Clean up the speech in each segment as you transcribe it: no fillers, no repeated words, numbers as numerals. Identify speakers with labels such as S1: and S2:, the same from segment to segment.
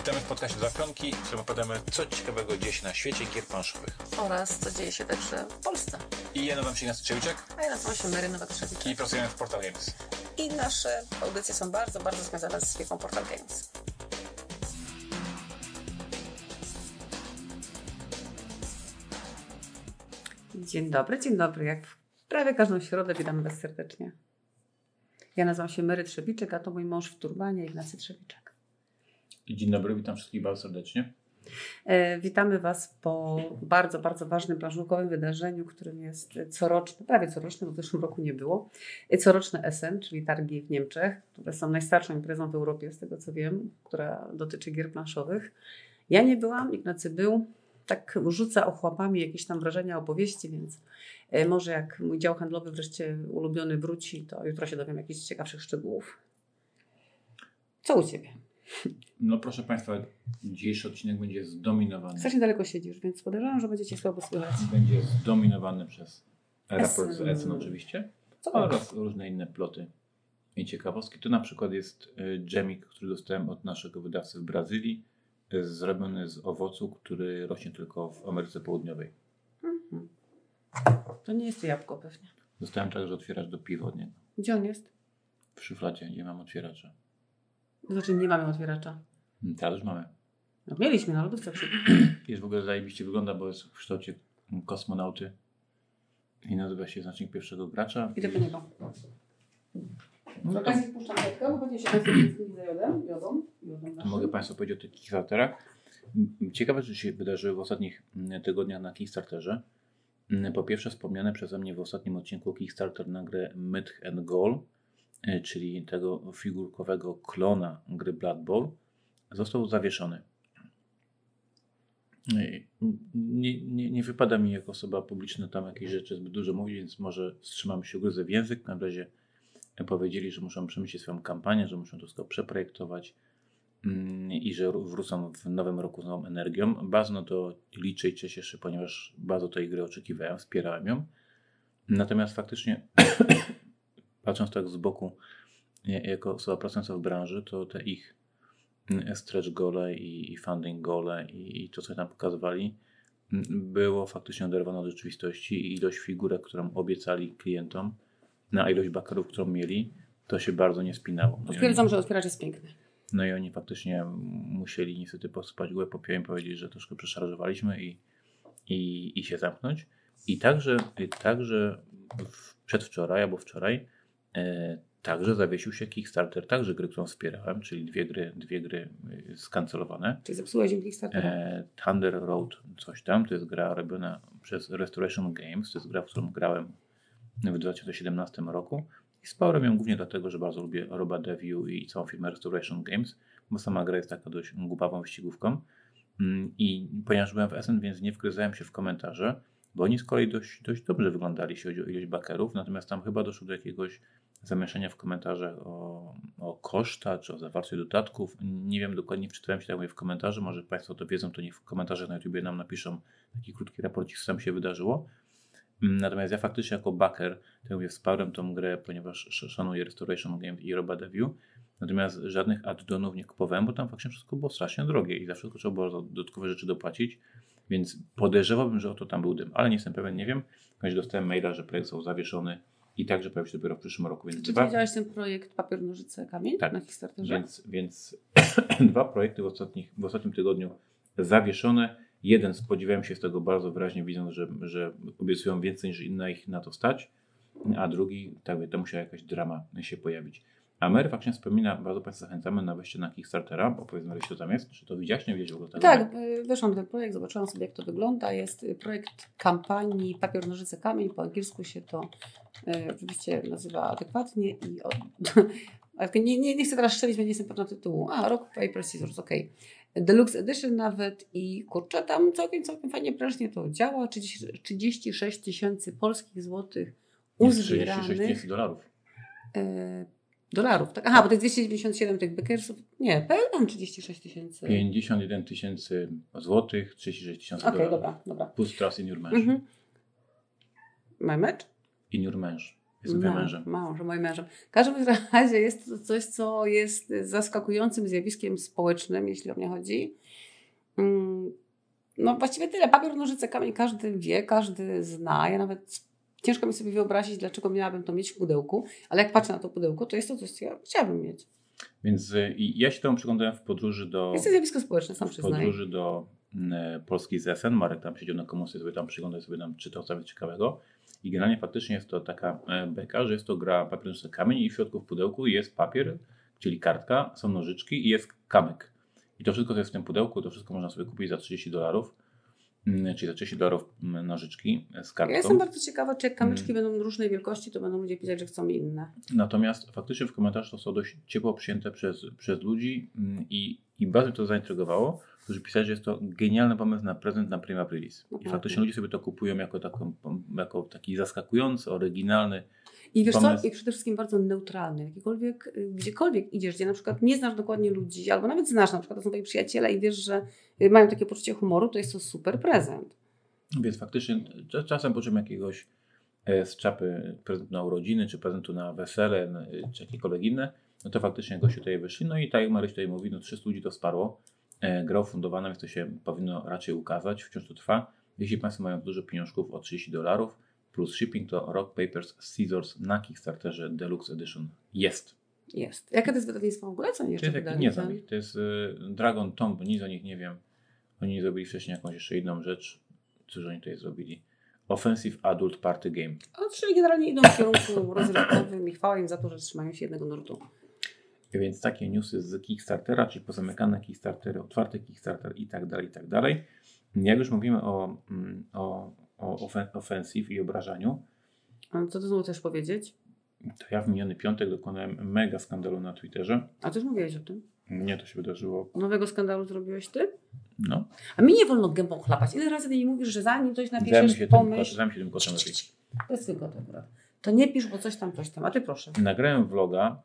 S1: Witamy w podcaście Dwa Pionki, w którym opowiadamy, co ciekawego dzieje się na świecie gier planszowych.
S2: Oraz co dzieje się także w Polsce.
S1: I ja nazywam się Ignacy Trzewiczek.
S2: A ja nazywam się Mary Nowak-Trzewiczek.
S1: I pracujemy w Portal Games.
S2: I nasze audycje są bardzo, bardzo związane z firmą Portal Games. Dzień dobry. Jak w prawie każdą środę witamy Was serdecznie. Ja nazywam się Mary Trzewiczek, a to mój mąż w turbanie, Ignacy Trzewiczek.
S1: Dzień dobry, witam wszystkich bardzo serdecznie.
S2: Witamy Was po bardzo, bardzo ważnym planszówkowym wydarzeniu, którym jest coroczne, prawie coroczne, bo w zeszłym roku nie było, coroczne Essen, czyli targi w Niemczech, które są najstarszą imprezą w Europie, z tego co wiem, która dotyczy gier planszowych. Ja nie byłam, Ignacy był, tak rzuca ochłapami jakieś tam wrażenia, opowieści, więc może jak mój dział handlowy wreszcie ulubiony wróci, to jutro się dowiem jakichś ciekawszych szczegółów. Co u Ciebie?
S1: No proszę Państwa, dzisiejszy odcinek będzie zdominowany.
S2: Strasznie daleko siedzisz, więc podejrzewam, że będziecie słabo słychać.
S1: Będzie zdominowany przez raport z Essen oczywiście. Oraz różne inne ploty i ciekawostki. Tu na przykład jest dżemik, który dostałem od naszego wydawcy w Brazylii, zrobiony z owocu, który rośnie tylko w Ameryce Południowej.
S2: Mhm. To nie jest to jabłko pewnie.
S1: Dostałem także otwieracz do piwa od niego.
S2: Gdzie on jest?
S1: W szufladzie nie mam otwieracza.
S2: Znaczy nie mamy otwieracza.
S1: Teraz już mamy.
S2: No, mieliśmy na lodówce.
S1: Jest w ogóle zajebiście wygląda, bo jest w kształcie kosmonauty i nazywa się znacznik pierwszego gracza.
S2: Idę po niego.
S1: No to,
S2: Wpuszczam lekkę, bo pewnie się Państwo za jodą
S1: mogę Państwu powiedzieć o tych Kickstarterach. Ciekawe rzeczy się wydarzyły w ostatnich tygodniach na Kickstarterze. Po pierwsze wspomniane przeze mnie w ostatnim odcinku Kickstarter na grę Myth and Goal, czyli tego figurkowego klona gry Blood Bowl, został zawieszony. Nie wypada mi jako osoba publiczna tam jakieś rzeczy zbyt dużo mówić, więc może wstrzymam się, ugryzę w język. W każdym razie powiedzieli, że muszą przemyśleć swoją kampanię, że muszą to wszystko przeprojektować i że wrócą w nowym roku z nową energią. Bardzo na to liczę i cieszę się, ponieważ bardzo tej gry oczekiwałem, wspierałem ją. Natomiast faktycznie patrząc tak z boku, jako osoba pracująca w branży, to te ich stretch gole i funding gole i to, co tam pokazywali, było faktycznie oderwane od rzeczywistości i ilość figurek, którą obiecali klientom, na ilość backerów, którą mieli, to się bardzo nie spinało.
S2: Potwierdzam, że otwieracz jest piękny.
S1: No i oni faktycznie musieli niestety posypać głowę popiołem i powiedzieć, że troszkę przeszarżowaliśmy i się zamknąć. I także przedwczoraj albo wczoraj także zawiesił się Kickstarter, także gry, którą wspierałem, czyli dwie gry skancelowane.
S2: Czyli zepsułeś im Kickstartera?
S1: Thunder Road coś tam, to jest gra robiona przez Restoration Games, to jest gra, w którą grałem w 2017 roku i wspomniałem ją głównie dlatego, że bardzo lubię Roba Deviu i całą firmę Restoration Games, bo sama gra jest taka dość głupawą wyścigówką i ponieważ byłem w Essen, więc nie wgryzałem się w komentarze, bo oni z kolei dość dobrze wyglądali, jeśli chodzi o ilość backerów, natomiast tam chyba doszło do jakiegoś zamieszania w komentarzach o koszta, czy o zawarcie dodatków. Nie wiem dokładnie, wczytałem się tak mówię w komentarze, może Państwo to wiedzą, to niech w komentarzach na YouTubie nam napiszą taki krótki raporcik, co tam się wydarzyło. Natomiast ja faktycznie jako backer, tak mówię, wsparłem tą grę, ponieważ szanuję Restoration Games i Roba Deviu. Natomiast żadnych add-onów nie kupowałem, bo tam faktycznie wszystko było strasznie drogie i za wszystko trzeba było dodatkowe rzeczy dopłacić. Więc podejrzewałbym, że oto tam był dym, ale nie jestem pewien, nie wiem. W końcu dostałem maila, że projekt został zawieszony i także pojawi się dopiero w przyszłym roku. Więc
S2: czy widziałeś ten projekt Papier, Nożyce, Kamień na Kickstarterze?
S1: Więc dwa projekty w ostatnim tygodniu zawieszone. Jeden spodziewałem się z tego bardzo wyraźnie, widząc, że obiecują więcej niż inna ich na to stać, a drugi, tak wie, to musiała jakaś drama się pojawić. A Mary faktycznie wspomina, bardzo Państwa zachęcamy na wejście na Kickstartera, bo powiedzmy, że to tam jest. Czy to widziałaś, nie widziałeś w ogóle tego?
S2: Tak, weszłam w ten projekt, zobaczyłam sobie, jak to wygląda. Jest projekt kampanii Papier, Nożyce, Kamień. Po angielsku się to oczywiście nazywa adekwatnie nie chcę teraz strzelić, bo nie jestem pewna tytułu. Rock Paper Scissors, okej. Deluxe Edition nawet i kurczę, tam całkiem fajnie prężnie to działa. 36 tysięcy polskich złotych uzbieranych.
S1: 36 tysięcy dolarów.
S2: Dolarów, tak? Bo to jest 297 tych backersów. Nie, pełen 36 tysięcy.
S1: 51 tysięcy złotych, 36 tysięcy dolarów.
S2: Dobra.
S1: Plus trust in your mensch.
S2: My match?
S1: In your mensch. Jestem twoim mężem.
S2: Może moim mężem. W każdym razie jest to coś, co jest zaskakującym zjawiskiem społecznym, jeśli o mnie chodzi. No właściwie tyle. Papier, nożyce, kamień każdy wie, każdy zna. Ja nawet ciężko mi sobie wyobrazić, dlaczego miałabym to mieć w pudełku, ale jak patrzę na to pudełko, to jest to coś, co ja chciałabym mieć.
S1: Więc ja się temu przyglądałem w podróży do...
S2: Jest to zjawisko społeczne, sam przyznaję.
S1: W podróży do Polski z SN. Marek tam siedział na komusie, sobie tam przyglądał, sobie tam czytał coś ciekawego. I generalnie faktycznie jest to taka beka, że jest to gra papier, nożyce, kamień i w środku w pudełku jest papier, czyli kartka, są nożyczki i jest kamyk. I to wszystko, co jest w tym pudełku, to wszystko można sobie kupić za $30, czyli za $30 nożyczki z kartką.
S2: Ja jestem bardzo ciekawa, czy jak kamyczki będą różnej wielkości, to będą ludzie pisać, że chcą inne.
S1: Natomiast faktycznie w komentarzach to są dość ciepło przyjęte przez ludzi i bardzo mnie to zaintrygowało, którzy pisali, że jest to genialny pomysł na prezent na Prima Aprilis. I faktycznie ludzie sobie to kupują jako taki zaskakujący, oryginalny
S2: I wiesz
S1: pomysł.
S2: co, i przede wszystkim bardzo neutralny. Gdziekolwiek idziesz, gdzie na przykład nie znasz dokładnie ludzi, albo nawet znasz, na przykład to są twoi przyjaciele i wiesz, że mają takie poczucie humoru, to jest to super prezent.
S1: Więc faktycznie czasem poczułem jakiegoś z czapy prezentu na urodziny, czy prezentu na wesele, czy jakiekolwiek inne, no to faktycznie goście tutaj wyszli. No i tak jak Maryś tutaj mówi, no 300 ludzi to sparło. Gra ufundowana, więc to się powinno raczej ukazać. Wciąż to trwa. Jeśli Państwo mają dużo pieniążków o $30 plus shipping, to Rock Papers Scissors na Kickstarterze Deluxe Edition jest.
S2: Jest. Jakie to jest wydawnictwo w ogóle? Co oni jeszcze wydali?
S1: Nie znam ich. To jest Dragon Tomb, nic o nich nie wiem. Oni zrobili wcześniej jakąś jeszcze inną rzecz. Cóż oni tutaj zrobili? Offensive Adult Party Game.
S2: Czyli generalnie idą w kierunku rozrywkowym i chwała im za to, że trzymają się jednego nurtu.
S1: Więc takie newsy z Kickstartera, czyli pozamykane Kickstartery, otwarty Kickstarter i tak dalej. Jak już mówimy o offensive i obrażaniu,
S2: A co ty znowu chcesz powiedzieć?
S1: to ja w miniony piątek dokonałem mega skandalu na Twitterze.
S2: A ty już mówiłeś o tym?
S1: Nie, to się wydarzyło.
S2: Nowego skandalu zrobiłeś ty?
S1: No.
S2: A mi nie wolno gębą chlapać. Ile razy ty mi mówisz, że zanim coś napiszesz, pomyśl...
S1: Zajmę się tym kotem lepiej.
S2: To jest tylko dobra. To nie pisz, bo coś tam. A ty proszę.
S1: Nagrałem vloga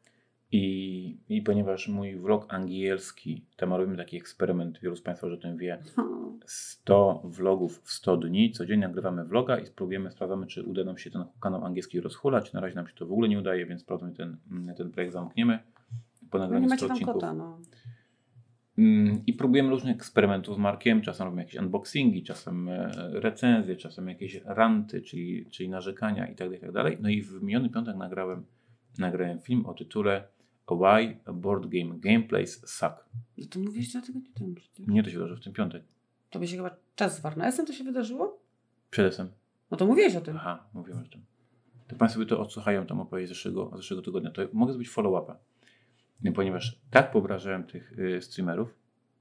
S1: i ponieważ mój vlog angielski, tam robimy taki eksperyment, wielu z Państwa już o tym wie, 100 vlogów w 100 dni, codziennie nagrywamy vloga i sprawdzamy, czy uda nam się ten kanał angielski rozhulać. Na razie nam się to w ogóle nie udaje, więc prawdopodobnie ten projekt zamkniemy. Po nagraniu 100 odcinków.
S2: Kota, no.
S1: I próbujemy różnych eksperymentów z Markiem. Czasem robimy jakieś unboxingi, czasem recenzje, czasem jakieś ranty, czyli narzekania i tak dalej. No i w miniony piątek nagrałem film o tytule Why Board Game Gameplays Suck.
S2: No to mówisz dlatego nie temu przecież.
S1: Nie, to się wydarzyło w tym piątek.
S2: To by się chyba czas zwarł. Na SM to się wydarzyło?
S1: Przed SM.
S2: No to mówiłeś o tym.
S1: Aha, mówiłem o tym. To Państwo sobie to odsłuchają, tam opowieść zeszłego tygodnia. To mogę zrobić follow-upa. Ponieważ tak poobrażałem tych streamerów,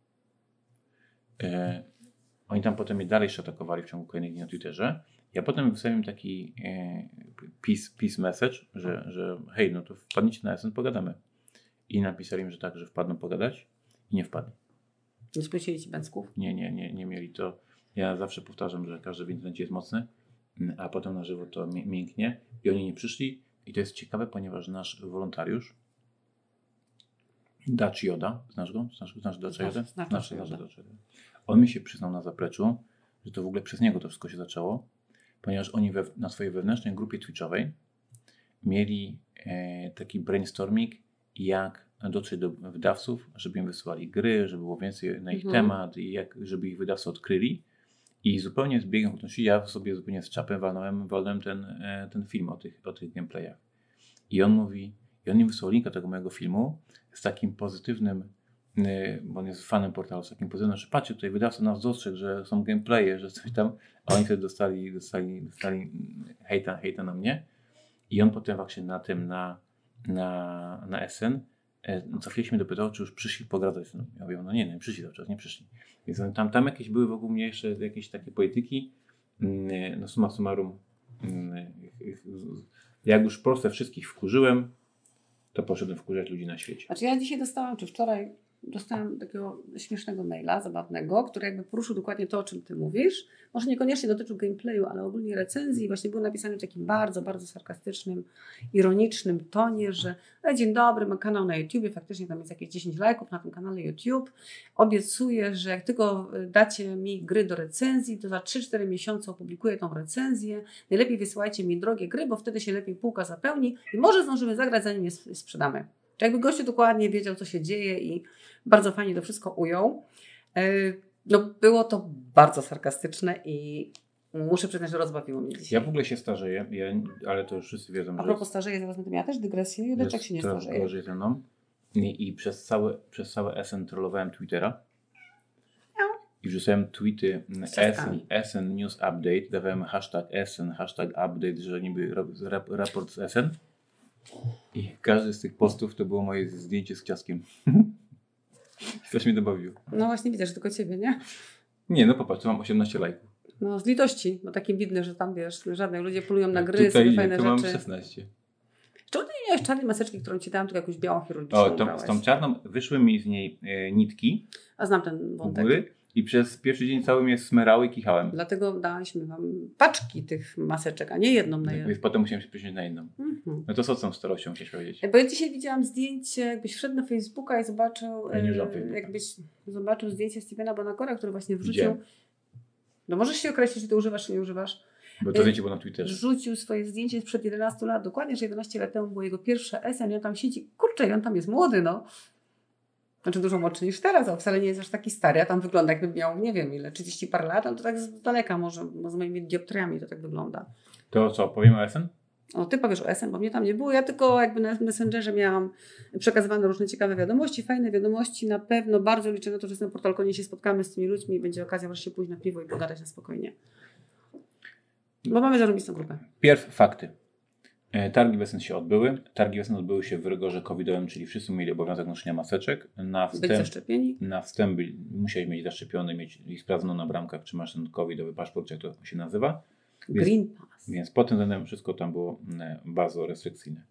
S1: oni tam potem mnie dalej się atakowali w ciągu kolejnych dni na Twitterze. Ja potem wysłałem taki peace message, że hej, no to wpadnijcie na SN, pogadamy. I napisali mi, że tak, że wpadną pogadać i nie wpadli.
S2: Nie spłycili ci bęcków?
S1: Nie mieli to. Ja zawsze powtarzam, że każdy w internecie jest mocny, a potem na żywo to mięknie i oni nie przyszli. I to jest ciekawe, ponieważ nasz wolontariusz Dutch Yoda, znasz go? Znasz Dutcha Yoda? Znasz Dutcha Yoda. On mi się przyznał na zapleczu, że to w ogóle przez niego to wszystko się zaczęło, ponieważ oni na swojej wewnętrznej grupie twitchowej mieli taki brainstorming, jak dotrzeć do wydawców, żeby im wysyłali gry, żeby było więcej na ich temat i żeby ich wydawcy odkryli. I zupełnie z biegiem okoliczności ja sobie zupełnie z czapy walnąłem ten film o tych gameplayach. I on mi wysłał linka tego mojego filmu z takim pozytywnym, bo on jest fanem portalu, z takim pozytywnym, że patrzcie, tutaj wydawca nas dostrzegł, że są gameplaye, że coś tam, a oni wtedy dostali hejta na mnie. I on potem właśnie na SN co chwilę się mnie dopytał, czy już przyszli pogadać. Ja mówię, no nie, przyszli cały czas, nie przyszli. Więc tam jakieś były wokół mnie jeszcze jakieś takie polityki. No summa summarum, jak już wszystkich wkurzyłem, to poszedłem wkurzać ludzi na świecie.
S2: Znaczy ja dzisiaj dostałam, czy wczoraj, dostałam takiego śmiesznego maila, zabawnego, który jakby poruszył dokładnie to, o czym ty mówisz. Może niekoniecznie dotyczył gameplayu, ale ogólnie recenzji. Właśnie był napisany w takim bardzo, bardzo sarkastycznym, ironicznym tonie, że dzień dobry, mam kanał na YouTubie, faktycznie tam jest jakieś 10 lajków na tym kanale YouTube. Obiecuję, że jak tylko dacie mi gry do recenzji, to za 3-4 miesiące opublikuję tą recenzję. Najlepiej wysyłajcie mi drogie gry, bo wtedy się lepiej półka zapełni i może zdążymy zagrać, zanim je sprzedamy. Czy jakby gościu dokładnie wiedział, co się dzieje i bardzo fajnie to wszystko ujął. No, było to bardzo sarkastyczne i muszę przyznać, że rozbawiło mnie dzisiaj.
S1: Ja w ogóle się starzeję, ale to już wszyscy wiedzą,
S2: A propos starzeje, zaraz będę miała też dygresję. Judeczek się nie starzeje.
S1: Gorzej ze mną. I przez całe SN trollowałem Twittera. I wrzucałem tweety SN News Update, dawałem hashtag SN, hashtag update, że niby raport z SN. I każdy z tych postów to było moje zdjęcie z ciaskiem. Coś mnie dobawiło.
S2: No właśnie widzę, że tylko ciebie, nie?
S1: Nie, no popatrz, tu mam 18 lajków.
S2: No z litości, bo taki widny, że tam wiesz, żadne ludzie polują na gry,
S1: tutaj
S2: sobie fajne
S1: tu
S2: rzeczy.
S1: Mam 16.
S2: Czemu ty nie miałeś czarnej maseczki, którą ci dałam, tylko jakąś białą chirurgiczną
S1: Z tą czarną wyszły mi z niej nitki.
S2: A znam ten wątek.
S1: Góry, i przez pierwszy dzień cały mnie smerały i kichałem.
S2: Dlatego daliśmy wam paczki tych maseczek, a nie jedną na jedną.
S1: Więc potem musiałem się przesiąść na inną. No to co z tą starością chciałeś powiedzieć?
S2: Bo ja dzisiaj widziałam zdjęcie, jakbyś wszedł na Facebooka i zobaczył,
S1: Ja nie używam Facebooka.
S2: jakbyś zobaczył zdjęcie Stevena Bonacora, który właśnie wrzucił.
S1: Widziałem.
S2: No możesz się określić, czy ty używasz, czy nie używasz.
S1: Bo to zdjęcie było na Twitterze.
S2: Rzucił swoje zdjęcie sprzed 11 lat, dokładnie, że 11 lat temu było jego pierwsze SN i on tam siedzi, kurczę, i on tam jest młody, no. Znaczy dużo młodszy niż teraz, a wcale nie jest aż taki stary, a tam wygląda jakby miał, nie wiem ile, 30 parę lat, ale to tak z daleka może, z moimi dioptriami to tak wygląda.
S1: To co, powiem o SN?
S2: O, ty powiesz o SN, bo mnie tam nie było, ja tylko jakby na Messengerze miałam przekazywane różne ciekawe wiadomości, fajne wiadomości, na pewno bardzo liczę na to, że na Portalkonie się spotkamy z tymi ludźmi i będzie okazja wreszcie pójść na piwo i pogadać na spokojnie. Bo mamy zarobistą grupę.
S1: Pierw fakty. Targi w SN się odbyły. Targi w SN odbyły się w rygorze covidowym, czyli wszyscy mieli obowiązek noszenia maseczek.
S2: Być zaszczepieni.
S1: Na wstęp musiałeś mieć zaszczepiony, mieć i sprawdzono na bramkach, czy masz ten covidowy paszport, jak to się nazywa.
S2: Green Pass.
S1: Więc pod tym względem wszystko tam było bardzo restrykcyjne.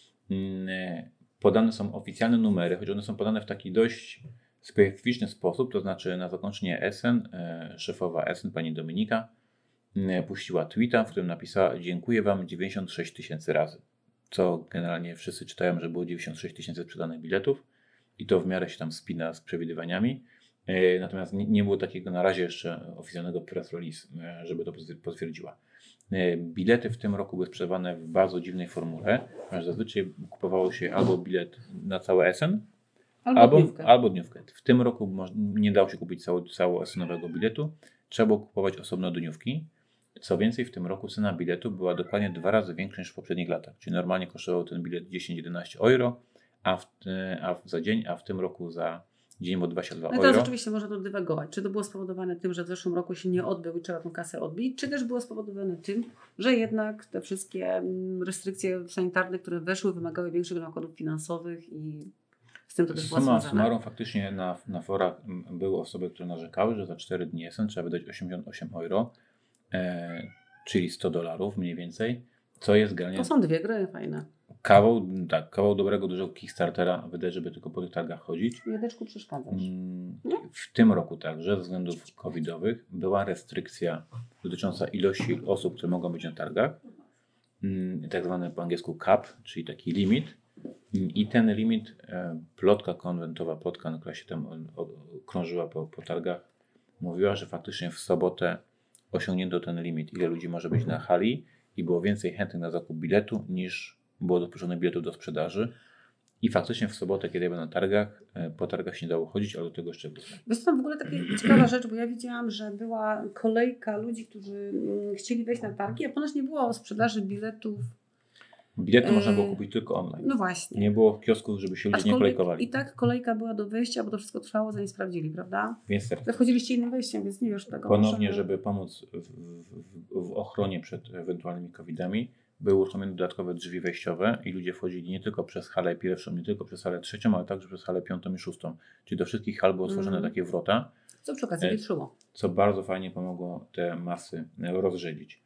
S1: Podane są oficjalne numery, choć one są podane w taki dość specyficzny sposób, to znaczy na zakończenie SN szefowa SN, pani Dominika, puściła tweeta, w którym napisała: dziękuję wam 96 000 razy. Co generalnie wszyscy czytają, że było 96 000 sprzedanych biletów i to w miarę się tam spina z przewidywaniami. Natomiast nie było takiego na razie jeszcze oficjalnego press release, żeby to potwierdziła. Bilety w tym roku były sprzedawane w bardzo dziwnej formule, ponieważ zazwyczaj kupowało się albo bilet na całe SN, albo dniówkę. W tym roku nie dało się kupić całego SN-owego biletu, trzeba było kupować osobno dniówki. Co więcej, w tym roku cena biletu była dokładnie 2 razy większa niż w poprzednich latach. Czyli normalnie kosztował ten bilet 10-11 euro, za dzień, a w tym roku za dzień było 22 euro.
S2: No teraz oczywiście można to dywagować. Czy to było spowodowane tym, że w zeszłym roku się nie odbył i trzeba tę kasę odbić, czy też było spowodowane tym, że jednak te wszystkie restrykcje sanitarne, które weszły, wymagały większych nakładów finansowych i z tym to też było związane.
S1: Summarum faktycznie na forach były osoby, które narzekały, że za 4 dni SN trzeba wydać 88 euro, czyli $100 mniej więcej, co jest generalnie...
S2: To są 2 gry fajne.
S1: Kawał dobrego, dużego Kickstartera wydać, żeby tylko po tych targach chodzić.
S2: Jadeczku przeszkadzasz.
S1: W tym roku także, ze względów covidowych, była restrykcja dotycząca ilości osób, które mogą być na targach. Tak zwany po angielsku cap, czyli taki limit. I ten limit, plotka konwentowa, plotka, która się tam krążyła po targach, mówiła, że faktycznie w sobotę osiągnięto ten limit, ile ludzi może być na hali i było więcej chętnych na zakup biletu niż było dopuszczone biletów do sprzedaży. I faktycznie w sobotę, kiedy ja byłem na targach, po targach się nie dało chodzić, ale do tego jeszcze wrócę.
S2: Jest to w ogóle taka ciekawa rzecz, bo ja widziałam, że była kolejka ludzi, którzy chcieli wejść na targi, a ponoć nie było sprzedaży biletów.
S1: Bilety można było kupić tylko online.
S2: No właśnie.
S1: Nie było kiosków, żeby się ludzie nie kolejkowali.
S2: I tak kolejka była do wyjścia, bo to wszystko trwało, zanim sprawdzili, prawda?
S1: Więc
S2: Wy wchodziliście innym wejściem, więc nie wiesz tego.
S1: Ponownie, żeby pomóc w ochronie przed ewentualnymi covidami, były uruchomione dodatkowe drzwi wejściowe i ludzie wchodzili nie tylko przez halę pierwszą, nie tylko przez halę trzecią, ale także przez halę piątą i szóstą. Czyli do wszystkich hal były otworzone takie wrota.
S2: Co przy okazji wietrzyło.
S1: Co bardzo fajnie pomogło te masy rozrzedzić.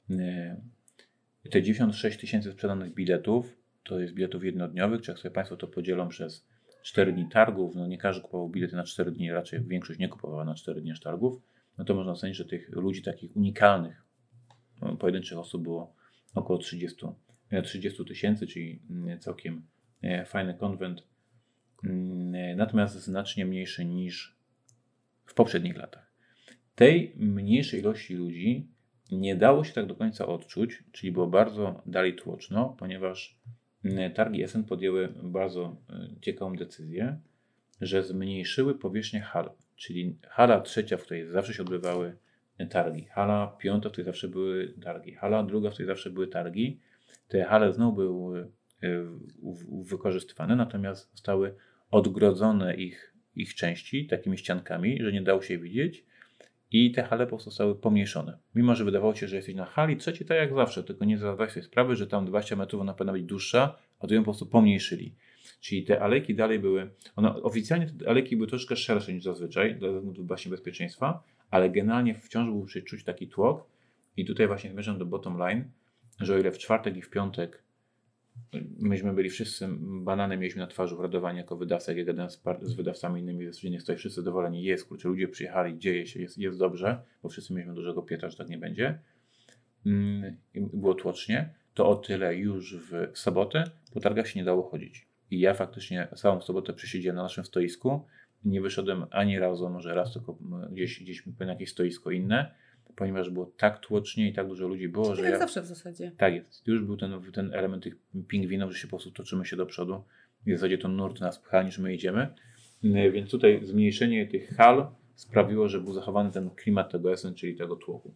S1: Te 96 000 sprzedanych biletów, to jest biletów jednodniowych, czy jak sobie Państwo to podzielą przez 4 dni targów, no nie każdy kupował bilety na 4 dni, raczej większość nie kupowała na 4 dni targów, no to można ocenić, że tych ludzi takich unikalnych, pojedynczych osób było około 30 tysięcy, czyli całkiem fajny konwent, natomiast znacznie mniejszy niż w poprzednich latach. Tej mniejszej ilości ludzi nie dało się tak do końca odczuć, czyli było bardzo dalej tłoczno, ponieważ targi Essen podjęły bardzo ciekawą decyzję, że zmniejszyły powierzchnię hal, czyli hala trzecia, w której zawsze się odbywały targi, hala piąta, w której zawsze były targi, hala druga, w której zawsze były targi. Te hale znowu były wykorzystywane, natomiast zostały odgrodzone ich części takimi ściankami, że nie dało się widzieć i te hale po prostu zostały pomniejszone. Mimo że wydawało się, że jesteś na hali trzeciej, tak jak zawsze, tylko nie zdawałeś sobie sprawy, że tam 20 metrów ona powinna być dłuższa, a tu ją po prostu pomniejszyli. Czyli te alejki dalej były, oficjalnie te alejki były troszkę szersze niż zazwyczaj, dla względów właśnie bezpieczeństwa, ale generalnie wciąż był czuć taki tłok i tutaj właśnie zmierzam do bottom line, że o ile w czwartek i w piątek myśmy byli wszyscy, bananem mieliśmy na twarzy uradowanie jako wydawca, jak ja gadałem z wydawcami innymi ze Studia Stoi, wszyscy zadowoleni, jest, kurczę, ludzie przyjechali, dzieje się, jest dobrze, bo wszyscy mieliśmy dużego pietra, że tak nie będzie. Było tłocznie, to o tyle już w sobotę po targach się nie dało chodzić. I ja faktycznie całą sobotę przesiedziałem na naszym stoisku, nie wyszedłem ani razu, może raz tylko gdzieś na jakieś stoisko inne, ponieważ było tak tłocznie i tak dużo ludzi było,
S2: że jak zawsze w zasadzie.
S1: Tak jest. Już był ten element tych pingwinów, że się po prostu toczymy się do przodu. W zasadzie to nurt nas pcha, niż my idziemy. Więc tutaj zmniejszenie tych hal sprawiło, że był zachowany ten klimat tego Essen, czyli tego tłoku.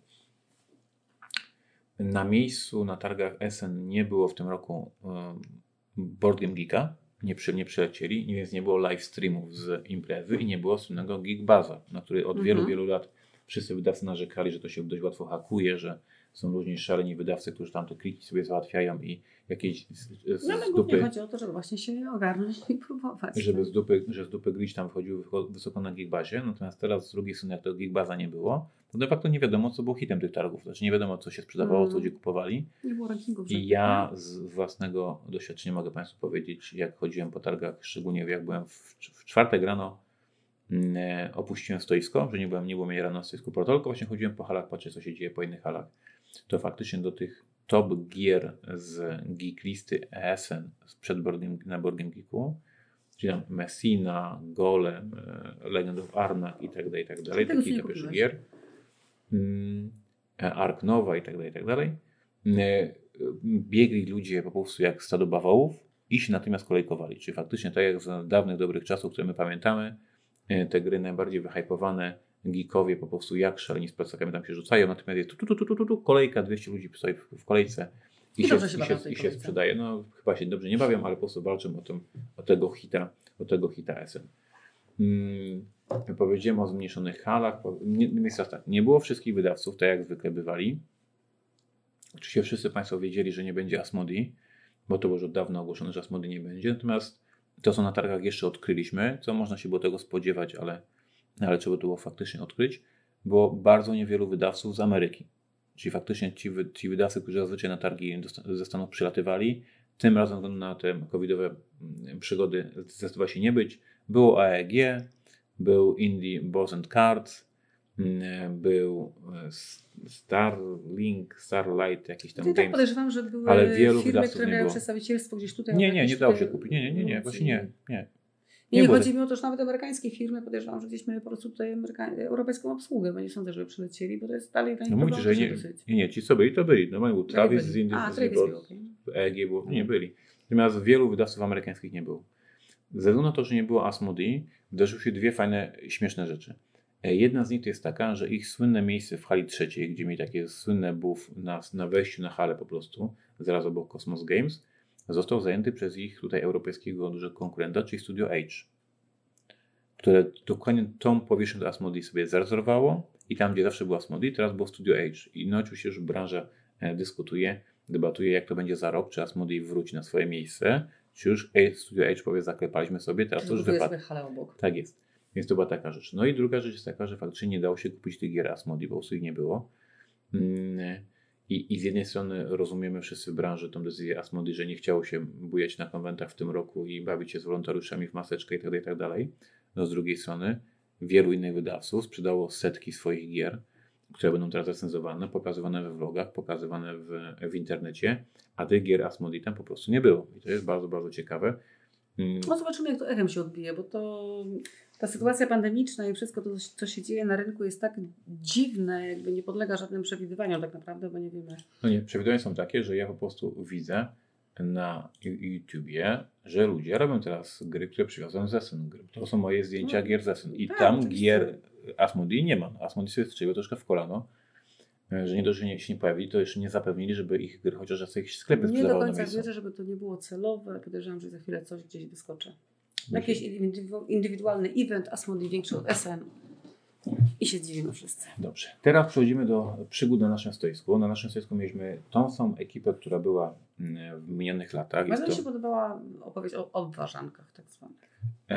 S1: Na miejscu na targach Essen nie było w tym roku Board Game Geeka. Nie przylecieli, więc nie było live streamów z imprezy i nie było słynnego Geekbaza, na który od wielu lat wszyscy wydawcy narzekali, że to się dość łatwo hakuje, że są różni szaleni wydawcy, którzy tam te kliki sobie załatwiają i jakieś
S2: z dupy... chodzi o to, żeby właśnie się ogarnąć i próbować.
S1: Żeby z dupy gdzieś tam wchodziły wysoko na Geekbazie, natomiast teraz z drugiej strony, jak to Geekbaza nie było, to de facto nie wiadomo, co było hitem tych targów. Znaczy nie wiadomo, co się sprzedawało, co ludzie kupowali.
S2: Nie było rankingów.
S1: I ja z własnego doświadczenia mogę Państwu powiedzieć, jak chodziłem po targach, szczególnie jak byłem w czwartek rano, opuściłem stoisko, że nie było mnie rano na stoisku Pro, tylko właśnie chodziłem po halach, patrzę, co się dzieje po innych halach. To faktycznie do tych top gier z geek listy Essen na Board Game Geeku, czyli tam Messina, Golem, Legend of Arnak i tak dalej, takich typy gier, Ark Nova i tak dalej, biegli ludzie po prostu jak stado bawołów i się natomiast kolejkowali. Czyli faktycznie tak jak za dawnych dobrych czasów, które my pamiętamy, te gry najbardziej wyhypowane, geekowie po prostu jak szaleni z plecakami tam się rzucają, natomiast jest kolejka, 200 ludzi stoi w kolejce i się sprzedaje. No chyba się dobrze nie bawią, ale po prostu walczą o tego hita Essen. Powiedziałem o zmniejszonych halach. Nie było wszystkich wydawców, tak jak zwykle bywali. Oczywiście wszyscy Państwo wiedzieli, że nie będzie Asmodee, bo to już od dawna ogłoszone, że Asmodee nie będzie. Natomiast to, co na targach jeszcze odkryliśmy, co można się było tego spodziewać, ale trzeba było faktycznie odkryć, było bardzo niewielu wydawców z Ameryki. Czyli faktycznie ci wydawcy, którzy zazwyczaj na targi ze Stanów przylatywali, tym razem na te covidowe przygody zdecydowało się nie być. Było AEG, był Indie Balls and Cards, był Starlight, jakiś tam
S2: games. Tak podejrzewam, że były
S1: ale wielu
S2: firmy,
S1: wydawców
S2: które
S1: nie
S2: miały
S1: było.
S2: przedstawicielstwo gdzieś tutaj.
S1: Nie dało się kupić. Nie, właśnie nie.
S2: Nie chodzi mi o to, że nawet amerykańskie firmy, podejrzewam, że gdzieś miały po prostu tutaj europejską obsługę, bo nie sądzę, żeby przylecieli, bo to jest dalej ten
S1: mówicie, że nie, ci co byli, to byli. Normalnie był Travis z Indie, EG było, nie byli. Natomiast wielu wydawców amerykańskich nie było. Ze względu na to, że nie było Asmodee, wydarzyły się dwie fajne, śmieszne rzeczy. Jedna z nich to jest taka, że ich słynne miejsce w hali trzeciej, gdzie mieli takie słynne booth na wejściu na halę po prostu, zaraz obok Cosmos Games, został zajęty przez ich tutaj europejskiego dużego konkurenta, czyli Studio H, które dokładnie tą powierzchnię do Asmodee sobie zarezerwowało i tam, gdzie zawsze było Asmodee, teraz było Studio H. I no oczywiście już branża dyskutuje, debatuje, jak to będzie za rok, czy Asmodee wróci na swoje miejsce, czy już Studio H powie, zaklepaliśmy sobie, teraz to już wypadł. Tak jest. Więc to była taka rzecz. No i druga rzecz jest taka, że faktycznie nie dało się kupić tych gier Asmodee, bo ich nie było. I z jednej strony rozumiemy wszyscy w branży tą decyzję Asmodee, że nie chciało się bujać na konwentach w tym roku i bawić się z wolontariuszami w maseczkę i tak dalej. No z drugiej strony wielu innych wydawców sprzedało setki swoich gier, które będą teraz recenzowane, pokazywane we vlogach, pokazywane w internecie, a tych gier Asmodee tam po prostu nie było. I to jest bardzo, bardzo ciekawe.
S2: No zobaczymy, jak to echem się odbije, bo to ta sytuacja pandemiczna i wszystko to, co się dzieje na rynku jest tak dziwne, jakby nie podlega żadnym przewidywaniom tak naprawdę, bo nie wiemy.
S1: No nie, przewidywania są takie, że ja po prostu widzę na YouTubie, że ludzie robią teraz gry, które przywiozłem z Essen. To są moje zdjęcia gier z Essen. I
S2: tak,
S1: tam
S2: oczywiście.
S1: gier Asmodee nie ma. Asmodee sobie strzeliło troszkę w kolano, że nie dość, że się nie pojawili, to jeszcze nie zapewnili, żeby ich gry chociaż w jakichś sklepach
S2: Nie do
S1: sprzedawały na
S2: końca
S1: miejscu.
S2: wierzę, żeby to nie było celowe. Podejrzewam, że za chwilę coś gdzieś wyskoczy. Jakiś indywidualny event, Asmodee większy od SN i się zdziwimy wszyscy.
S1: Dobrze. Teraz przechodzimy do przygód na naszym stoisku. Na naszym stoisku mieliśmy tą samą ekipę, która była w minionych latach.
S2: Bardzo mi się podobała opowieść o obważankach tak zwanych.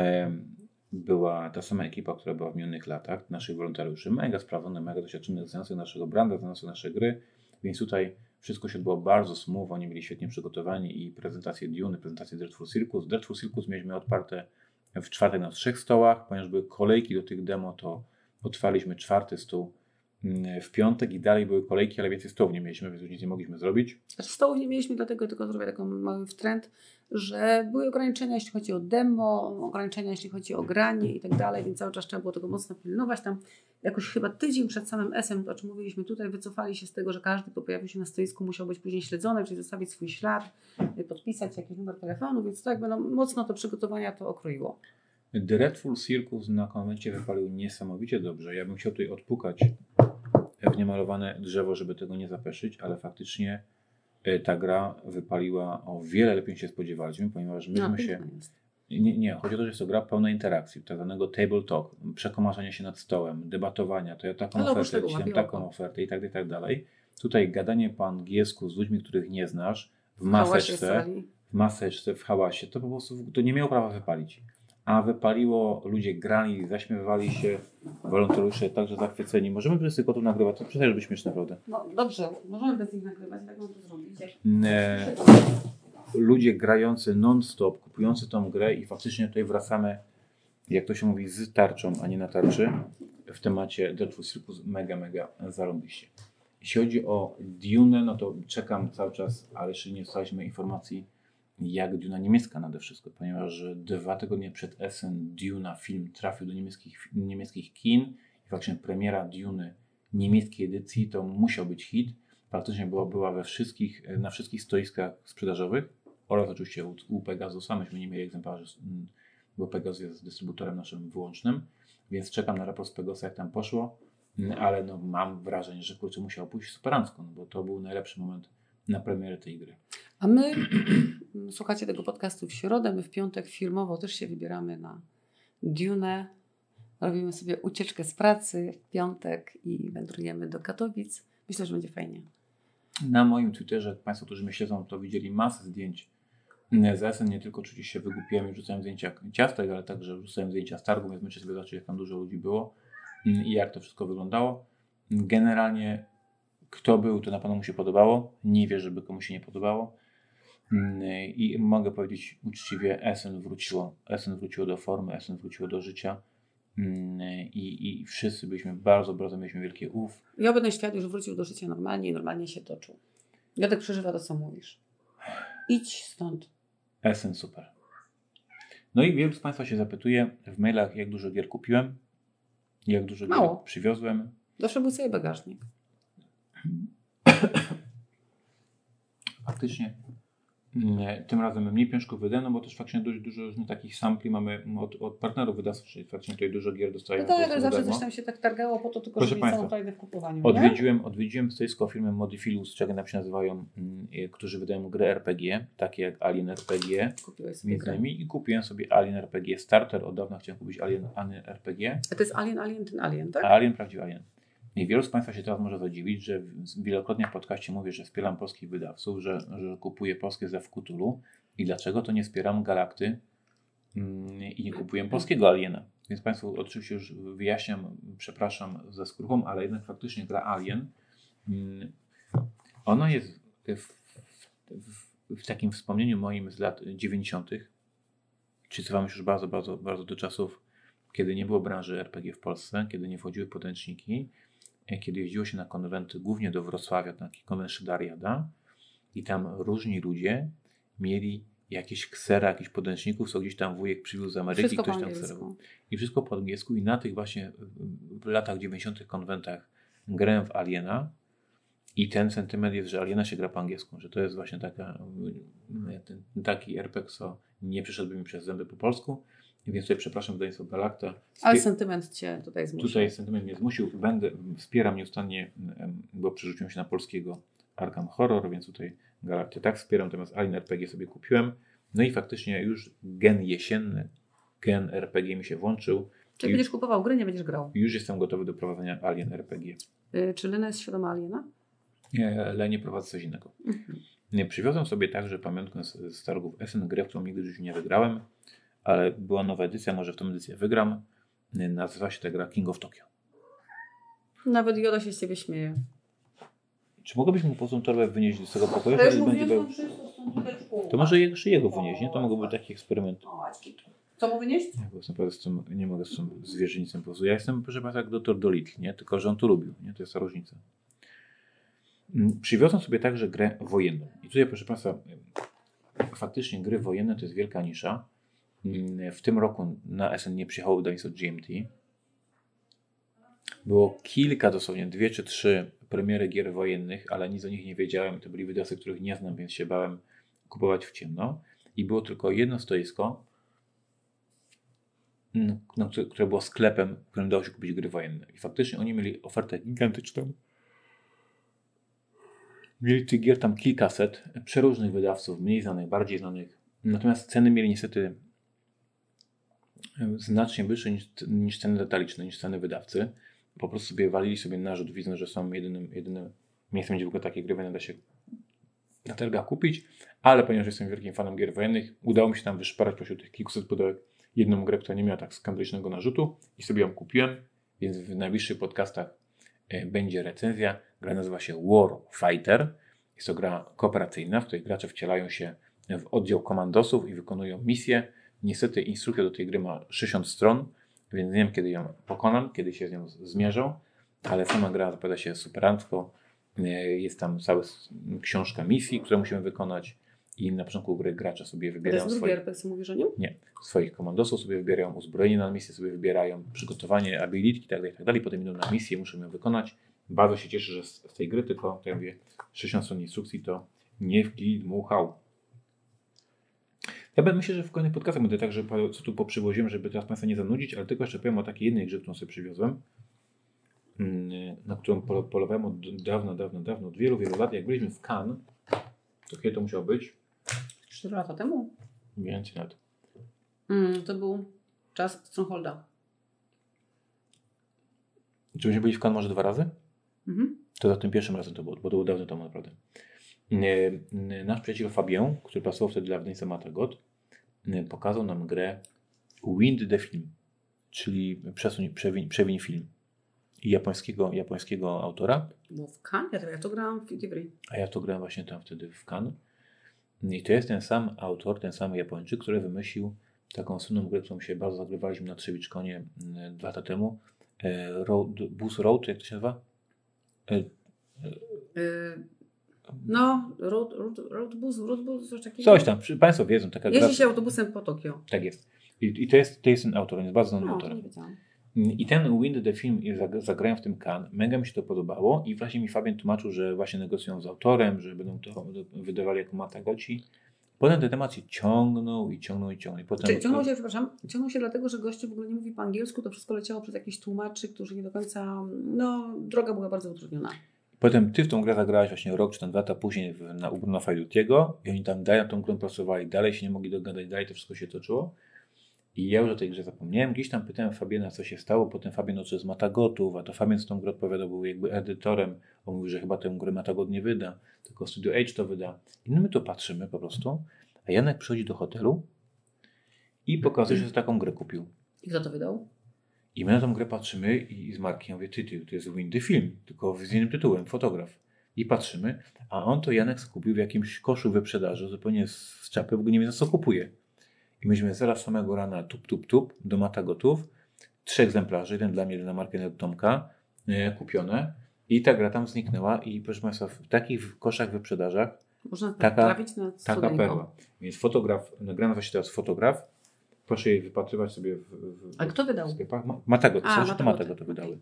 S1: Była ta sama ekipa, która była w minionych latach, naszych wolontariuszy, mega sprawdzonych, mega doświadczonych, znających naszego branda, znających nasze gry, więc tutaj wszystko się odbyło bardzo smooth, oni byli świetnie przygotowani i prezentację Dune, prezentację Dreadful Circus. Dreadful Circus mieliśmy otwarte w czwartek na 3 stołach, ponieważ były kolejki do tych demo, to otwarliśmy 4. stół w piątek i dalej były kolejki, ale więcej stołów nie mieliśmy, więc już nic nie mogliśmy zrobić.
S2: Stołów nie mieliśmy, dlatego tylko zrobię taką mały wtręt, że były ograniczenia, jeśli chodzi o demo, ograniczenia, jeśli chodzi o granie i tak dalej, więc cały czas trzeba było tego mocno pilnować. Tam jakoś chyba tydzień przed samym SM, o czym mówiliśmy tutaj, wycofali się z tego, że każdy, kto pojawił się na stoisku, musiał być później śledzony, czyli zostawić swój ślad, podpisać jakiś numer telefonu, więc to jakby mocno to przygotowania to okroiło.
S1: Dreadful Circus na konwencie wypalił niesamowicie dobrze. Ja bym chciał tutaj odpukać w niemalowane drzewo, żeby tego nie zapeszyć, ale faktycznie ta gra wypaliła o wiele lepiej niż się spodziewaliśmy, ponieważ myśmy się... Nie, chodzi o to, że jest to gra pełna interakcji, tak zwanego table talk, przekomarzania się nad stołem, debatowania, to ja taką ofertę, ci dam taką ofertę i tak dalej. Tutaj gadanie po angielsku z ludźmi, których nie znasz, w maseczce, w hałasie, to po prostu to nie miało prawa wypalić. A wypaliło, ludzie grali, zaśmiewali się, wolontariusze także zachwyceni. Możemy bez tych kotów nagrywać, to przecież być śmieszne, naprawdę.
S2: No dobrze, możemy bez nich nagrywać, tak mam to zrobić.
S1: Ludzie grający non-stop, kupujący tą grę i faktycznie tutaj wracamy, jak to się mówi, z tarczą, a nie na tarczy, w temacie Dreadful Circus mega zarąbiście. Jeśli chodzi o Dune, no to czekam cały czas, ale jeszcze nie dostaliśmy informacji, jak Duna niemiecka nade wszystko, ponieważ 2 tygodnie przed Essen Duna film trafił do niemieckich kin i faktycznie premiera Duny niemieckiej edycji to musiał być hit. Praktycznie była na wszystkich stoiskach sprzedażowych oraz oczywiście u Pegasusa. Myśmy nie mieli egzemplarzy, bo Pegasus jest dystrybutorem naszym wyłącznym, więc czekam na raport z Pegasusa, jak tam poszło, ale no, mam wrażenie, że kurczę musiał pójść superancko, no, bo to był najlepszy moment na premierę tej gry.
S2: A my, słuchacie tego podcastu w środę, my w piątek firmowo też się wybieramy na Dune. Robimy sobie ucieczkę z pracy w piątek i wędrujemy do Katowic. Myślę, że będzie fajnie.
S1: Na moim Twitterze, Państwo, którzy mnie śledzą, to widzieli masę zdjęć z Essen. Nie tylko oczywiście się wygłupiłem i rzucałem zdjęcia ciastek, ale także rzucałem zdjęcia z targu, więc możecie sobie zobaczyć, jak tam dużo ludzi było i jak to wszystko wyglądało. Generalnie kto był, to na pewno mu się podobało. Nie wierzę, żeby komuś się nie podobało. I mogę powiedzieć uczciwie, Essen wróciło do formy, Essen wróciło do życia. I wszyscy byliśmy bardzo mieliśmy wielkie
S2: Ja oby ten świat już wrócił do życia normalnie i normalnie się toczył. Jacek przeżywa to, co mówisz. Idź stąd.
S1: Essen super. No i wielu z Państwa się zapytuje w mailach, jak dużo gier kupiłem, jak dużo gier przywiozłem.
S2: Zawsze był sobie bagażnik.
S1: Faktycznie tym razem mniej pieniążków wydano, bo też faktycznie dość dużo różnych takich sampli mamy od partnerów wydawców, czyli faktycznie tutaj dużo gier dostajemy.
S2: No tak, ale zawsze coś tam się tak targało po to, tylko
S1: proszę
S2: żeby
S1: Państwa,
S2: całą frajdę w kupowaniu.
S1: Odwiedziłem stoisko firmy Modifilus, czy jak nam się nazywają, którzy wydają gry RPG, takie jak Alien RPG, między innymi, i kupiłem sobie Alien RPG Starter. Od dawna chciałem kupić Alien RPG.
S2: A to jest ten Alien, tak?
S1: Alien, prawdziwy Alien. I wielu z Państwa się teraz może zadziwić, że wielokrotnie w podcaście mówię, że wspieram polskich wydawców, że kupuję polskie Zew Cthulhu i dlaczego to nie wspieram Galakty i nie kupuję polskiego Aliena. Więc Państwu oczywiście już wyjaśniam, przepraszam za skruchą, ale jednak faktycznie gra Alien Ono jest w takim wspomnieniu moim z lat 90., czyli cofamy się już bardzo, bardzo, bardzo do czasów, kiedy nie było branży RPG w Polsce, kiedy nie wchodziły podręczniki, kiedy jeździło się na konwenty, głównie do Wrocławia, taki konwent Szydariada, i tam różni ludzie mieli jakieś ksera, jakichś podręczników, co gdzieś tam wujek przywiózł z Ameryki,
S2: Wszystko
S1: ktoś
S2: po
S1: tam
S2: angielsku.
S1: kserował. I wszystko po angielsku, i na tych właśnie w latach 90. konwentach grałem w Aliena, i ten sentyment jest, że Aliena się gra po angielsku, że to jest właśnie taki RPG, co nie przyszedłby mi przez zęby po polsku, więc tutaj przepraszam wydawnictwo Galacta.
S2: Ale sentyment Cię tutaj zmusił.
S1: Tutaj sentyment mnie zmusił, wspieram nieustannie, bo przerzuciłem się na polskiego Arkham Horror, więc tutaj Galactę tak wspieram, natomiast Alien RPG sobie kupiłem. No i faktycznie już gen jesienny, gen RPG mi się włączył.
S2: Czyli będziesz kupował gry, nie będziesz grał.
S1: Już jestem gotowy do prowadzenia Alien RPG.
S2: Czy Lena jest świadoma Aliena?
S1: Nie, ale nie prowadzę coś innego. Nie, przywiozłem sobie także pamiątkę z targów SN, grę, którą nigdy w życiu nie wygrałem, ale była nowa edycja, może w tą edycję wygram. Nazywa się ta gra King of Tokyo.
S2: Nawet Joda się z Ciebie śmieje.
S1: Czy mogłabyś mu po prostu torbę wynieść z tego pokoju?
S2: Ale już
S1: że
S2: mówiłem,
S1: będzie
S2: że
S1: To może jego wynieść, nie? To mogłoby być taki eksperyment.
S2: Co mu wynieść?
S1: Ja po prostu naprawdę nie mogę z tym zwierzyńcem po prostu. Ja jestem, proszę Państwa, jak doktor Dolittle, nie? Tylko że on to lubił, nie? To jest ta różnica. Przywiozłem sobie także grę wojenną. I tutaj, proszę Państwa, faktycznie gry wojenne to jest wielka nisza. W tym roku na SN nie przyjechało wydawnictwo GMT. Było kilka, dosłownie 2 czy 3 premiery gier wojennych, ale nic o nich nie wiedziałem. To byli wydawcy, których nie znam, więc się bałem kupować w ciemno. I było tylko jedno stoisko, które było sklepem, w którym dało się kupić gry wojenne. I faktycznie oni mieli ofertę gigantyczną. Mieli tych gier tam kilkaset, przeróżnych wydawców, mniej znanych, bardziej znanych. Natomiast ceny mieli niestety znacznie wyższe niż ceny detaliczne, niż ceny wydawcy. Po prostu sobie walili sobie narzut, widząc, że są jedynym miejscem, gdzie w ogóle takie gry wojenne da się na targach kupić. Ale ponieważ jestem wielkim fanem gier wojennych, udało mi się tam wyszparać pośród tych kilkuset pudełek jedną grę, która nie miała tak skandalicznego narzutu, i sobie ją kupiłem, więc w najbliższych podcastach będzie recenzja. Gra nazywa się War Fighter. Jest to gra kooperacyjna, w której gracze wcielają się w oddział komandosów i wykonują misje. Niestety instrukcja do tej gry ma 60 stron, więc nie wiem, kiedy ją pokonam, kiedy się z nią zmierzą, ale sama gra zapowiada się superancko. Jest tam cała książka misji, które musimy wykonać, i na początku gry gracze sobie wybierają
S2: swoje... RPG, mówisz o nim?
S1: Nie. Swoich komandosów sobie wybierają, uzbrojenie na misję sobie wybierają, przygotowanie, abilitki itd. Potem idą na misję, muszą ją wykonać. Bardzo się cieszę, że z tej gry tylko, tak jak mówię, 60 stron instrukcji to nie wdmuchał. Ja myślę, że w kolejnych podcastach będę także co tu poprzywoziłem, żeby teraz Państwa nie zanudzić, ale tylko jeszcze powiem o takiej jednej grze, którą sobie przywiozłem, na którą polowałem od dawno, od wielu lat. Jak byliśmy w Cannes, to kiedy to musiało być?
S2: 4 lata temu?
S1: Więcej nawet.
S2: To był czas Strongholda.
S1: Czy myśmy byli w Cannes może 2 razy?
S2: Mhm.
S1: To za tym pierwszym razem to było, bo to było dawno temu naprawdę. Nasz przyjaciel Fabien, który pracował wtedy dla wydawnictwa Matagot, pokazał nam grę Wind the Film, czyli przewiń film, i japońskiego autora.
S2: Bo w Cannes? Ja to grałam w Tivry.
S1: A ja to grałem właśnie tam wtedy w Cannes. I to jest ten sam autor, ten sam Japończyk, który wymyślił taką słynną grę, którą się bardzo zagrywaliśmy na Trzewiczkonie 2 lata temu. Bus Road, jak to się nazywa?
S2: Road Bus, coś takiego.
S1: Coś tam, Państwo wiedzą. Taka
S2: Jeździ
S1: gra...
S2: się autobusem po Tokio.
S1: Tak jest. I to jest ten autor, on jest bardzo znanym autorem.
S2: Nie wiedziałam.
S1: I ten Wind the Film zagrałem w tym Cannes. Mega mi się to podobało i właśnie mi Fabian tłumaczył, że właśnie negocjują z autorem, że będą to wydawali jako Matagoci. Potem ten temat się ciągnął. Potem
S2: Ciągnął się dlatego, że gościu w ogóle nie mówi po angielsku, to wszystko leciało przez jakichś tłumaczy, którzy nie do końca, droga była bardzo utrudniona.
S1: Potem ty w tą grę zagrałeś właśnie rok czy tam 2 lata później u Bruna Fajdutiego i oni tam dalej na tą grę pracowali, dalej się nie mogli dogadać, dalej to wszystko się toczyło. I ja już o tej grze zapomniałem. Gdzieś tam pytałem Fabiana, co się stało. Potem Fabian odszedł z Matagotów, a to Fabian z tą grę odpowiadał, był jakby edytorem. On mówił, że chyba tę grę Matagot nie wyda, tylko Studio H to wyda. I my tu patrzymy po prostu, a Janek przychodzi do hotelu i pokazuje, że taką grę kupił.
S2: I kto to wydał?
S1: I my na tą grę patrzymy i z Markiem mówię, to jest Windy Film, tylko z innym tytułem, fotograf. I patrzymy, a on to Janek skupił w jakimś koszu wyprzedaży, zupełnie z czapy, w ogóle nie wiem, co kupuje. I myśmy zaraz samego rana tup, do Mata gotów. 3 egzemplarzy, jeden dla mnie, jeden dla Marka, jeden dla Tomka, kupione. I ta gra tam zniknęła i proszę Państwa, w takich koszach wyprzedażach
S2: Można trafić na
S1: taka perła. Więc gra nazywa się teraz Fotograf. Proszę jej wypatrywać sobie
S2: A kto wydał?
S1: Matagot, to wydały.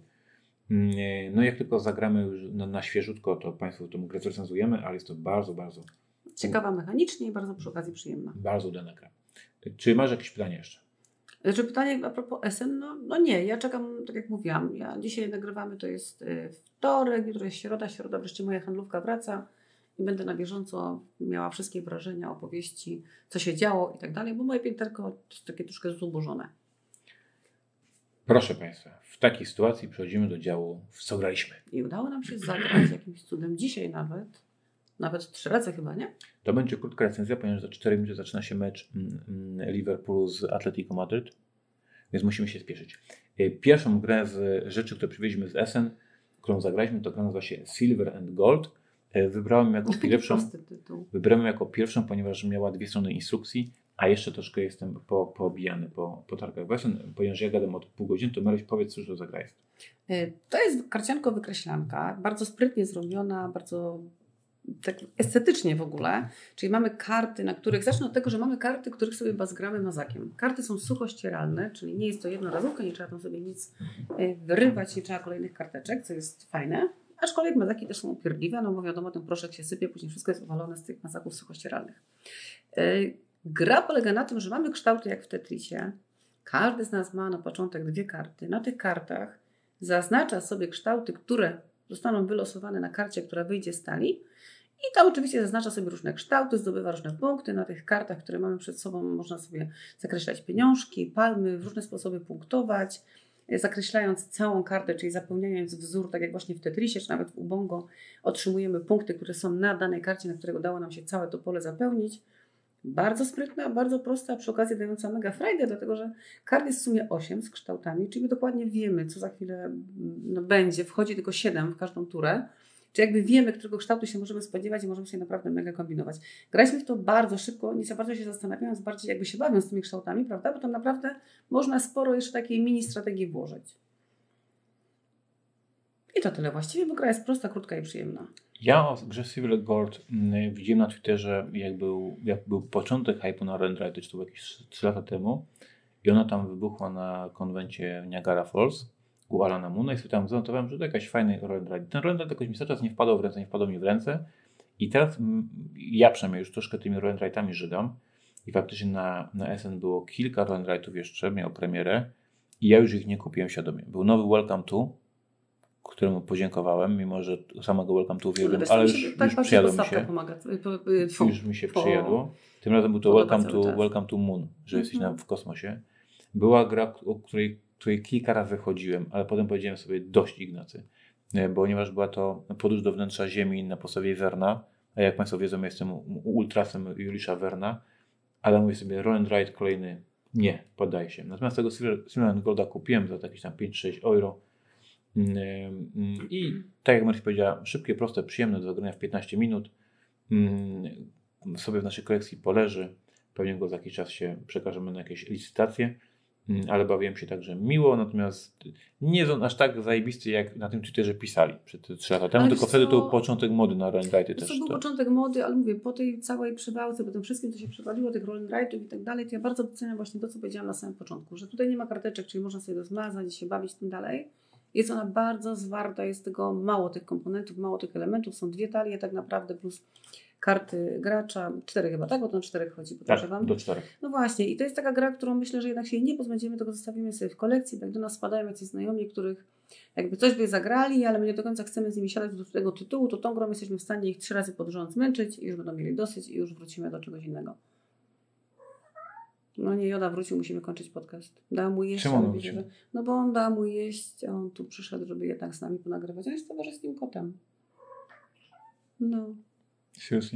S1: No jak tylko zagramy już na świeżutko, to Państwu tę grę recenzujemy, ale jest to bardzo, bardzo
S2: ciekawa mechanicznie i bardzo przy okazji przyjemna.
S1: Bardzo udana gra. Czy masz jakieś pytanie jeszcze?
S2: Czy pytanie a propos SN? No nie, ja czekam, tak jak mówiłam, dzisiaj nagrywamy, to jest wtorek, jutro jest środa wreszcie moja handlówka wraca i będę na bieżąco miała wszystkie wrażenia, opowieści, co się działo i tak dalej, bo moje pięterko jest takie troszkę zubożone.
S1: Proszę Państwa, w takiej sytuacji przechodzimy do działu, w co graliśmy.
S2: I udało nam się zagrać jakimś cudem dzisiaj nawet 3 razy chyba, nie?
S1: To będzie krótka recenzja, ponieważ za 4 minuty zaczyna się mecz Liverpoolu z Atletico Madryt, więc musimy się spieszyć. Pierwszą grę z rzeczy, które przywieźliśmy z Essen, którą zagraliśmy, to gra nazywa się Silver and Gold. Wybrałem jako pierwszą, ponieważ miała 2 strony instrukcji, a jeszcze troszkę jestem poobijany po targach w Essen, ponieważ ja gadam od pół godziny, to Maryś, powiedz, co to za gra jest.
S2: To jest karcianko-wykreślanka, bardzo sprytnie zrobiona, bardzo tak estetycznie w ogóle, czyli mamy karty, na których, zacznę od tego, że mamy karty, których sobie bazgramy mazakiem. Karty są suchościeralne, czyli nie jest to jednorazówka, nie trzeba tam sobie nic wyrywać, nie trzeba kolejnych karteczek, co jest fajne, aczkolwiek mazaki też są upierdliwe, no bo wiadomo, ten proszek się sypie, później wszystko jest uwalone z tych mazaków suchościeralnych. Gra polega na tym, że mamy kształty jak w Tetrisie, każdy z nas ma na początek 2 karty, na tych kartach zaznacza sobie kształty, które zostaną wylosowane na karcie, która wyjdzie z talii. I tam oczywiście zaznacza sobie różne kształty, zdobywa różne punkty. Na tych kartach, które mamy przed sobą, można sobie zakreślać pieniążki, palmy, w różne sposoby punktować. Zakreślając całą kartę, czyli zapełniając wzór, tak jak właśnie w Tetrisie, czy nawet w Ubongo, otrzymujemy punkty, które są na danej karcie, na której udało nam się całe to pole zapełnić. Bardzo sprytna, bardzo prosta, przy okazji dająca mega frajdę, dlatego że kart jest w sumie 8 z kształtami, czyli my dokładnie wiemy, co za chwilę będzie. Wchodzi tylko 7 w każdą turę. Czy jakby wiemy, którego kształtu się możemy spodziewać i możemy się naprawdę mega kombinować. Graliśmy w to bardzo szybko, nie za bardzo się zastanawiając, bardziej jakby się bawiąc z tymi kształtami, prawda? Bo tam naprawdę można sporo jeszcze takiej mini strategii włożyć. I to tyle właściwie, bo gra jest prosta, krótka i przyjemna.
S1: Ja o grze Silver Gold widziałem na Twitterze, jak był początek hype'u na Roll and Ride, to było jakieś 3 lata temu i ona tam wybuchła na konwencie Niagara Falls u Alana Moona i sobie tam zanotowałem, że to jakaś fajny Roll and Ride. Ten Roll and Ride jakoś mi cały czas nie wpadł mi w ręce i teraz ja przynajmniej już troszkę tymi Roll and Ride'ami żygam i faktycznie na SN było kilka Roll and Ride'ów jeszcze, miał premierę i ja już ich nie kupiłem świadomie. Był nowy Welcome to, któremu podziękowałem, mimo że samego Welcome to uwielbiam, ale już przyjadło mi się. Już mi się przyjadło. Tym razem był to Welcome to Moon, że jesteś w kosmosie. Była gra, o której kilka razy chodziłem, ale potem powiedziałem sobie dość, Ignacy, ponieważ była to podróż do wnętrza Ziemi na podstawie Verna, a jak Państwo wiedzą, ja jestem ultrasem Juliusza Verna, ale mówię sobie Roll and Ride kolejny, nie, poddaję się. Natomiast tego Silver and Golda kupiłem za jakieś tam 5-6 euro. I tak jak Maryś powiedziała, szybkie, proste, przyjemne do zagrania w 15 minut. Sobie w naszej kolekcji poleży. Pewnie go za jakiś czas się przekażemy na jakieś licytacje, ale bawiłem się także miło, natomiast nie jest on aż tak zajebisty, jak na tym Twitterze pisali przed 3 lata temu, tylko wtedy to był początek mody na Roll and Ride'y też.
S2: To był początek mody, ale mówię, po tej całej przewałce, po tym wszystkim, co się przewaliło, tych Roll and Ride'ów i tak dalej, to ja bardzo doceniam właśnie to, co powiedziałam na samym początku, że tutaj nie ma karteczek, czyli można sobie rozmazać i się bawić tym dalej. Jest ona bardzo zwarta, jest tego mało tych komponentów, mało tych elementów. Są 2 talie tak naprawdę plus karty gracza. 4 chyba, tak? Bo to na 4 chodzi, podejrzewam.
S1: Tak, do 4.
S2: No właśnie i to jest taka gra, którą myślę, że jednak się jej nie pozbędziemy, tylko zostawimy sobie w kolekcji, bo jak do nas spadają jacyś znajomi, których jakby coś by zagrali, ale my nie do końca chcemy z nimi siadać do tego tytułu, to tą grą jesteśmy w stanie ich 3 razy pod rząd zmęczyć i już będą mieli dosyć i już wrócimy do czegoś innego. No nie, Joda wrócił, musimy kończyć podcast. Dał mu jeść. No bo on dał mu jeść, a on tu przyszedł, żeby jednak z nami ponagrywać. On jest towarzyskim kotem. No.
S1: Seriously?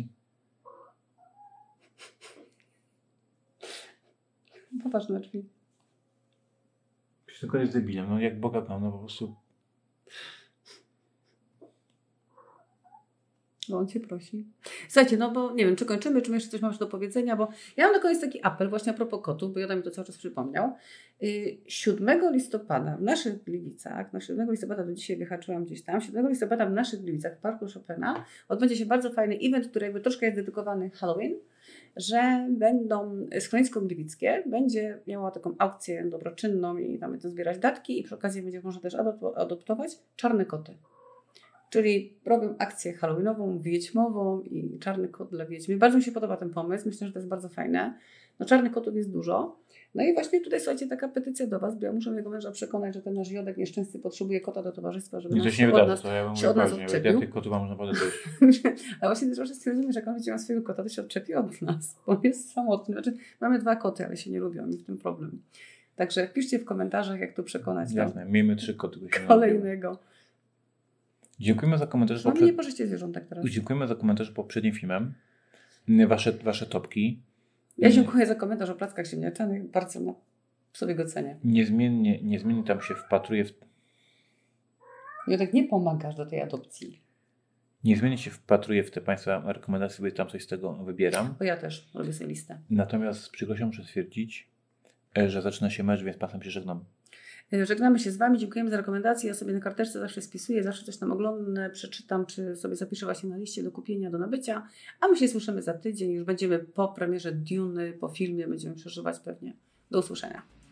S2: Poważne drzwi.
S1: Tylko jest debilem, no jak Boga tam, no po prostu.
S2: Bo on Cię prosi. Słuchajcie, no bo nie wiem, czy kończymy, czy jeszcze coś masz do powiedzenia, bo ja mam na koniec taki apel właśnie a propos kotów, bo Joda mi to cały czas przypomniał. 7 listopada w naszych Gliwicach, na 7 listopada do dzisiaj wyhaczyłam gdzieś tam, 7 listopada w naszych Gliwicach w Parku Chopina odbędzie się bardzo fajny event, który jakby troszkę jest dedykowany Halloween, że będą schronisko gliwickie, będzie miała taką aukcję dobroczynną i tam będą zbierać datki i przy okazji będzie można też adoptować czarne koty. Czyli robią akcję halloweenową, wiedźmową i czarny kot dla wiedźmy. Bardzo mi się podoba ten pomysł, myślę, że to jest bardzo fajne. No czarnych kotów jest dużo. No i właśnie tutaj, słuchajcie, taka petycja do Was, bo ja muszę mojego męża przekonać, że ten nasz Jodek nieszczęsny potrzebuje kota do towarzystwa, żeby
S1: Nie,
S2: się od nas, się od nas odczepił.
S1: Ja tych kotów mam naprawdę dość.
S2: A właśnie też może stwierdzimy, że jak on będzie miał swojego kota, to się odczepi od nas, bo on jest samotny. Znaczy, mamy 2 koty, ale się nie lubią i w tym problem. Także piszcie w komentarzach, jak tu przekonać.
S1: Jasne, miejmy 3 koty.
S2: Kolejnego.
S1: Dziękujemy za komentarze.
S2: Nie pożycie zwierzątek teraz.
S1: Dziękujemy za komentarze poprzednim filmem. Wasze topki.
S2: Ja dziękuję za komentarz o plackach ziemniaczanych. Bardzo sobie go cenię.
S1: Niezmiennie tam się wpatruje
S2: Jodek, nie pomagasz do tej adopcji.
S1: Niezmiennie się wpatruję w te Państwa rekomendacje, bo tam coś z tego wybieram.
S2: Bo ja też robię sobie listę.
S1: Natomiast z przykrością muszę stwierdzić, że zaczyna się mecz, więc Państwem się żegnam.
S2: Żegnamy się z Wami, dziękujemy za rekomendacje. Ja sobie na karteczce zawsze spisuję, zawsze coś tam oglądam, przeczytam, czy sobie zapiszę właśnie na liście do kupienia, do nabycia. A my się słyszymy za tydzień, już będziemy po premierze Duny, po filmie, będziemy przeżywać pewnie. Do usłyszenia.